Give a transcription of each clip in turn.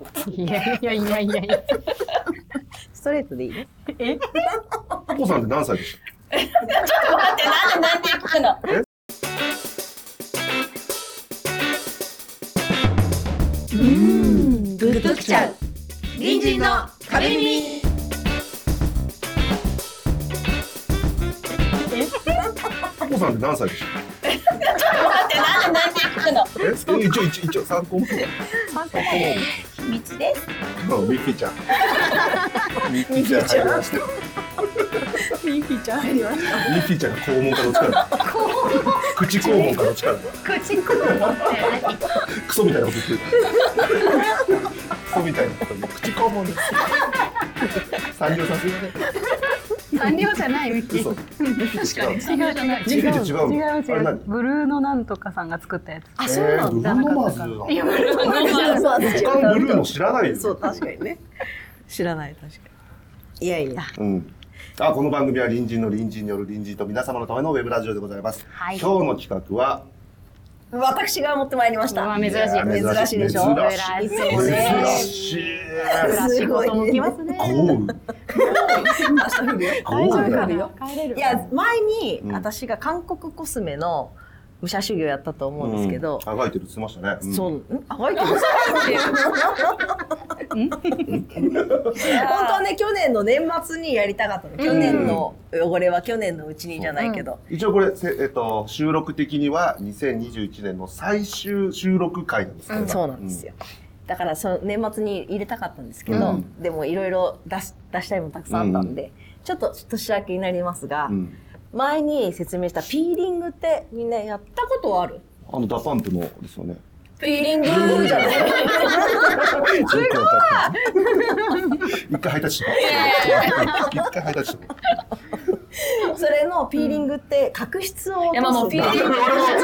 いやいやいやいやいや。 ストレートでいいね。 タコさんって何歳でした？ ちょっと待って、なんで聞くの？ グッときちゃう。隣人の壁耳。 タコさんって何歳でした？ ちょっと待って、なんで聞くの？ 一応3個目。 秘密です。 ミッフィーちゃん。ミッフィーちゃん入りました。 ミッフィーちゃん入りました。 ミッフィーちゃんが肛門かどっちか。口肛門かどっちか。 口肛門ってクソみたいなこと言ってる。クソみたいなこと言って口肛門です。産業させない。 産業じゃないミッキー。 確かに。 違うじゃない。 ミッフィーって違うの？ 違う。ブルーのなんとかさんが作ったやつ。 あ、そうなんだ。 ブルーノマーズだ。 いやブルーのなんとか。 他のブルーの知らないよ。 そう、確かにね。知らない、確かに。いやいや。 うん。この番組は隣人の隣人による隣人と皆様のためのウェブラジオでございます。 はい。 今日の企画は私が持ってまいりました。 珍しい。 珍しいでしょ。 珍しい。 珍しい。 仕事も来ますね。 豪雨。 明日降るよ。 大丈夫かるよ。 帰れる。 いや、前に私が韓国コスメの武者修行やったと思うんですけど。 あがいてるって言ってましたね。 そう、あがいてる。本当はね、去年の年末にやりたかったの。去年の汚れは去年のうちにじゃないけど。 一応これ収録的には2021年の最終収録回なんですけど。 そうなんですよ。だから年末に入れたかったんですけど、でもいろいろ出したいもたくさんあったんで、ちょっと年明けになりますが、前に説明したピーリングってみんなやったことある？ ダパンプのですよね。 ピーリングじゃない？ すごい。一回ハイタッチしとこう。一回ハイタッチしとこう。 それのピーリングって角質を落とす。いや、 もうピーリング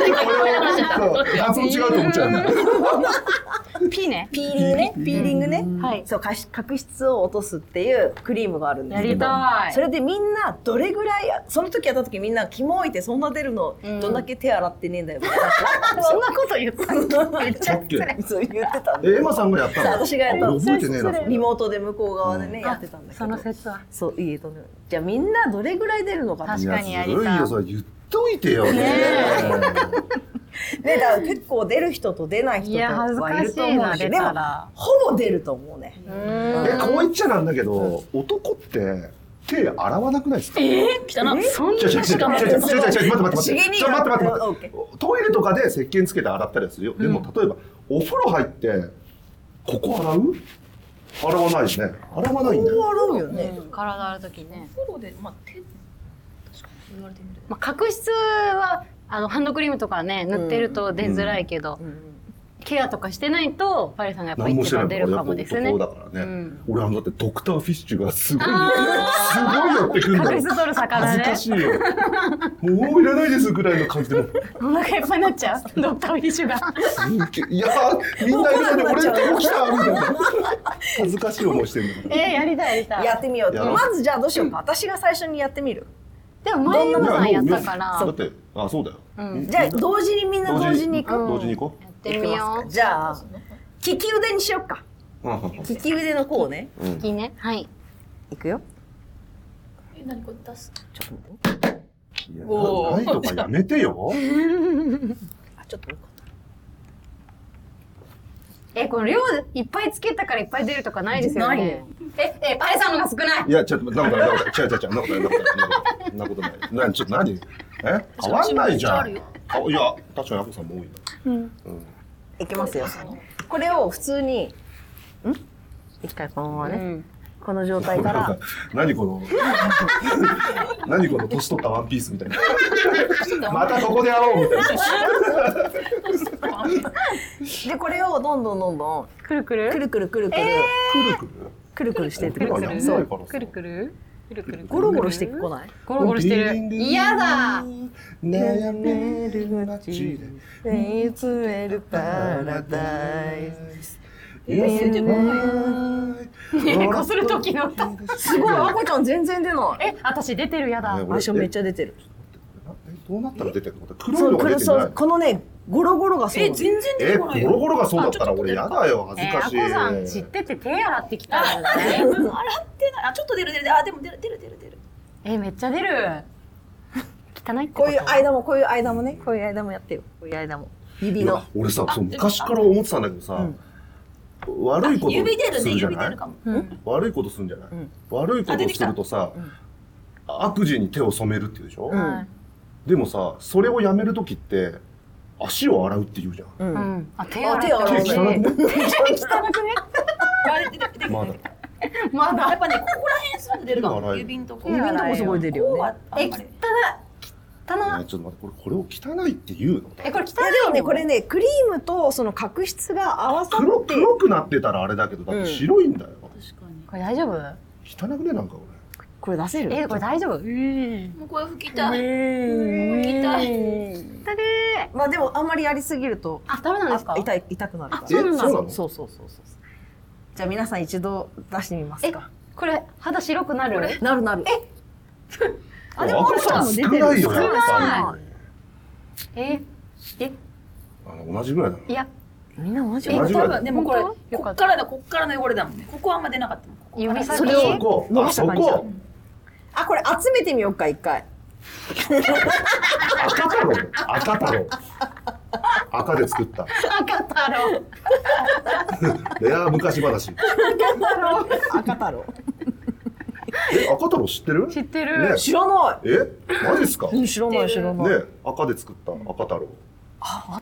発音違うと思っちゃう。 ピーね。 ピーリングね。はい。そう、角質を落とすっていうクリームがあるんですけど。 やりたい。 それでみんなどれぐらい、その時やった時みんなキモいってそんな出るの、どんだけ手洗ってねえんだよ。 そんなこと言っためっちゃ失礼。 そう言ってたんで。 エマさんがやったの？ 私がやったの。 覚えてねえな。 リモートで向こう側でね、やってたんだけど。 その説は。 そう、いいとね。じゃあみんなどれぐらい出るのか確かにやりたい。 ずるいよ、それ言っといてよ。 ね、だから結構出る人と出ない人はいると思うし、でもほぼ出ると思うね。 こう言っちゃなんだけど、男って手洗わなくないですか？ 来たな。 そんなしかも待って。 待って。 トイレとかで石鹸つけて洗ったりはするよ。でも例えばお風呂入ってここ洗う？洗わないよね。洗わないんだよ。 ここ洗うよね。 体洗う時ね。 お風呂で手確かに言われてみる。 角質はハンドクリームとかね塗ってると出づらいけど、ケアとかしてないとパリさんがやっぱり一番出るかもですね。 だからね。俺だってドクターフィッシュがすごい寄ってくるんだよ。 角質取る魚ね。 恥ずかしいよ。もういらないですぐらいの感じでも。 お腹いっぱいになっちゃう。ドクターフィッシュが。 いやみんないるのに俺って起きたみたいな。恥ずかしい思いしてるんだから。 やりたい。 やってみよう。まずじゃあどうしようか。私が最初にやってみる。 でも前山さんやったから。 だってそうだよ。 じゃあ同時にみんな同時に行く。 同時に行こう。 やってみよう。 じゃあ利き腕にしようか。利き腕の方ね。 利きね。はい。 いくよ。 何これ出す？ ちょっと待って。 ないとかやめてよ。 ちょっと。 この量いっぱいつけたからいっぱい出るとかないですよね。パリさんのが少ない。 いやちょっと違う、そんなことない。ちょっと何？変わんないじゃん。いや確かにアコさんも多いな。 いきますよ。これを普通に一回このままね。この状態から何この年取ったワンピースみたいな。またここでやろうみたいな。 でこれをどんどんくるくるしてってくる。 そうくるくるゴロゴロしてこない？ ゴロゴロしてる。嫌だ。 悩める街で見つめるパラダイス。 こする時の歌。 すごい、あこちゃん全然出ない。 私出てる。やだ。 相性めっちゃ出てる。 どうなったら出てるの？黒いのが出てない。 このねゴロゴロがそう。 全然出てこないよ。 ゴロゴロがそうだったら俺やだよ、恥ずかしい。 あこさん知ってて手洗ってきたんだね。 洗ってない。あ、ちょっと出る。あ、でも出る。 めっちゃ出る。汚いってこういう間もね、こういう間もやってよ。こういう間も。指の。 俺さ、昔から思ってたんだけどさ、悪いことするじゃない？悪いことするんじゃない？悪いことするとさ、悪事に手を染めるっていうでしょ？でもさ、それをやめるときって足を洗うって言うじゃん。 手洗う。 手汚くね？ 汚くね？ まだ。やっぱね、ここら辺すぐ出るかも。指んとこすごい出るよね。 汚い。 ちょっと待って、これを汚いって言うの？ これ汚い。 でもね、これね、クリームとその角質が合わさって。 黒くなってたらあれだけど、だって白いんだよ。 確かに。 これ大丈夫？ 汚くねなんか俺。 これ出せる？ これ大丈夫？ もうこれ拭きたい。拭きたい。 まあでもあんまりやりすぎるとダメなんですか？ 痛くなるから。 そうなの？ そう。じゃあ皆さん一度出してみますか。 これ肌白くなる？ なる。 でも赤さん少ないよやっぱり。同じぐらいだな。 いや、 みんな同じぐらい。 多分でもこれこっからの汚れだもんね。ここはあんま出なかったもん。 指先。 それを伸ばした感じだ。 そこ。 これ集めてみようか一回。 赤太郎。赤で作った。 赤太郎。 レア昔話。 赤太郎。 赤太郎知ってる？ 知ってる。 知らない。 マジですか？ 知らない。 ね、赤で作った赤太郎。 あった。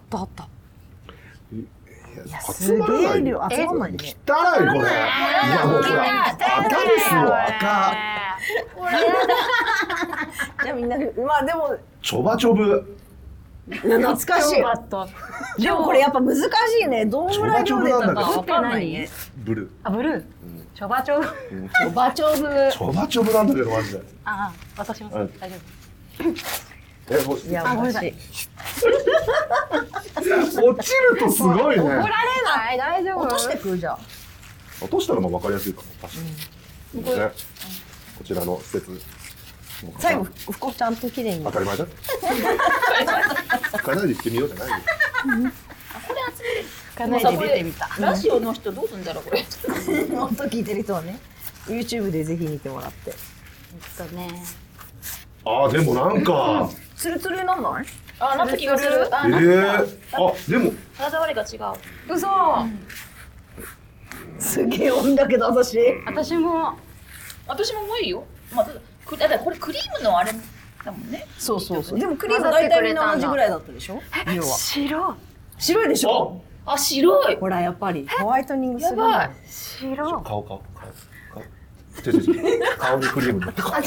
集まらない。 集まらないね。 汚いこれ。いやもうこれ赤ですよ赤。 じゃあみんなまあでもちょばちょぶ。 懐かしい。でもこれやっぱ難しいね。どんぐらい量出たか分かんないね。 ブルー。 ブルー。ちょばちょぶ。 ちょばちょぶ。 ちょばちょぶなんだけどマジで。 私も大丈夫。 いやごめんなさい。 落ちるとすごいね。 怒られない？大丈夫？ 落としてくじゃん。 落としたらまあ分かりやすいかも。確かに。ね。こちらの施設。 最後ふこちゃんと綺麗に。 当たり前だ。かなり行ってみようじゃないよ。 これ集める。 かなり出てみた。 ラジオの人どうすんだろうこれ。 音聞いてる人はね、YouTube でぜひ見てもらって。 でもなんか。 ツルツルになんない？ なった気がする。 でも。 肌触りが違う。 嘘。 すげえ多いんだけど私も多いよ。だってこれクリームのあれだもんね。 そう。でもクリーム大体みんな同じぐらいだったでしょ？色は。白いでしょ？ 白い。 ほらやっぱりホワイトニングする。 やばい。 白。 顔。顔にクリーム塗って顔。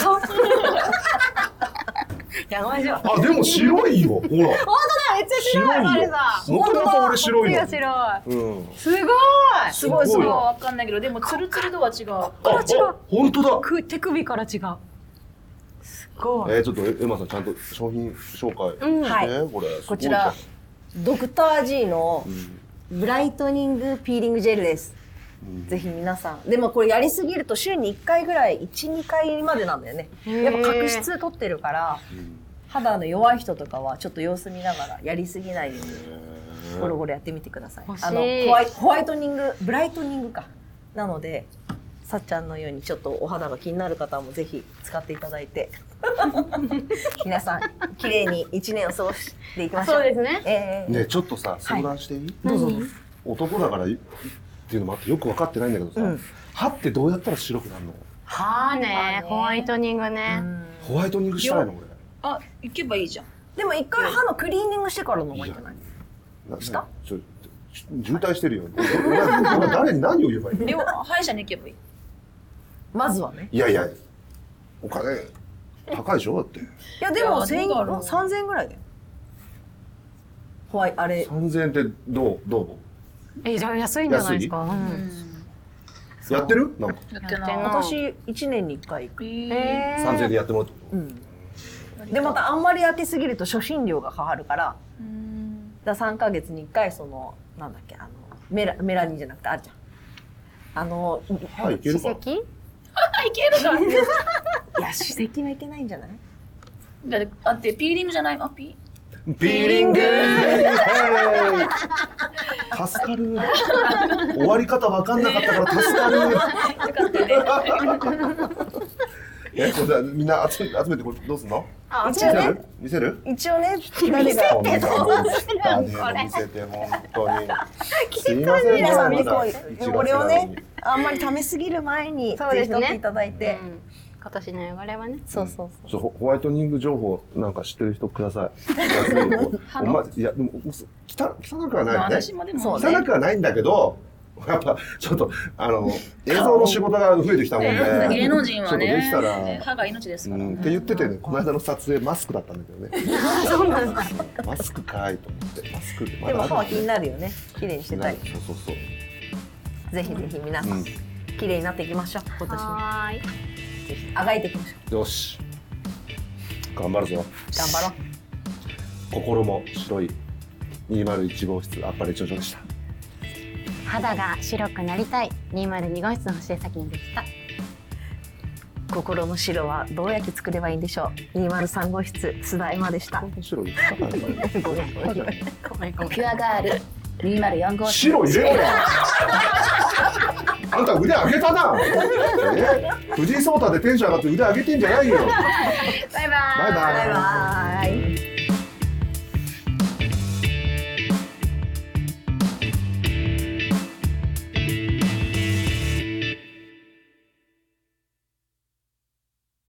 やばいじゃん。 でも白いよ。ほら。 本当だ、めっちゃ白い。バレた。 もともと俺白いの。 すごい。 すごい。 わかんないけど、でもツルツル度は違う。 本当だ。 手首から違う。すごい。 ちょっとエマさんちゃんと商品紹介してこれ。 こちらドクター G のブライトニングピーリングジェルです。ぜひ皆さん。でもこれやりすぎると週に1回ぐらい、1、2回までなんだよね。やっぱ角質取ってるから、肌の弱い人とかはちょっと様子見ながらやりすぎないようにゴロゴロやってみてください。ホワイトニング、ブライトニングか。なので、さっちゃんのようにちょっとお肌が気になる方もぜひ使っていただいて皆さん綺麗に1年を過ごしていきましょう。 そうですね。 ね、ちょっとさ相談していい？ どうぞ。 男だからっていうのもあってよく分かってないんだけどさ、歯ってどうやったら白くなるの？ 歯ね、ホワイトニングね。 ホワイトニングしたいの俺。 行けばいいじゃん。 でも一回歯のクリーニングしてからの方がいいんじゃない？した？ 渋滞してるよ。誰に何を言えばいいの？ 歯医者に行けばいい。 まずはね。 いやお金高いでしょだって。いやでも3000円ぐらいだよ。あれ。 3000円ってどう？ じゃあ安いんじゃないですか。 やってる？なんか。 やってない。 私1年に1回行く。 3000円でやってもらうってこと？ でまたあんまり開けすぎると初診料がかかるから、3ヶ月に1回なんだっけメラニンじゃなくてあるじゃん。 いけるか？ いけるか？ いや歯石はいけないんじゃない？ だってピーリングじゃない？ ピーリング助かる。終わり方分かんなかったから助かる。これみんな集めてこれどうすんの？ 一応ね、 見せる？ 一応ね、 誰がこんな見せて本当に。すいません。 皆さんね、これをね、あんまり溜めすぎる前にぜひ撮っていただいて。 今年の汚れはね。 そうそうそう。 ホワイトニング情報なんか知ってる人ください。いやでも汚くはないね。汚くはないんだけど、やっぱちょっと映像の仕事が増えてきたもんで、 芸能人はね、 できたら歯が命ですから。 って言っててね、この間の撮影マスクだったんだけどね。 そうなんだ。 マスクかいと思ってマスク。 でも歯は気になるよね。綺麗にしてたい。 そう。 ぜひぜひ皆さん綺麗になっていきましょう。今年も。 はい。 あがいていきましょよし。頑張るぞ。 頑張ろう。 心も白い201号室あっぱれジョジョでした。 肌が白くなりたい202号室の星江咲でした。 心の白はどうやって作ればいいんでしょう。203号室須田恵馬でした。 白い。 ごめん。 ピュアガール204号室。 白入れろや。あんた腕上げたな。藤井聡太でテンション上がって腕上げてんじゃないよ。 バイバイ。 バイバイ。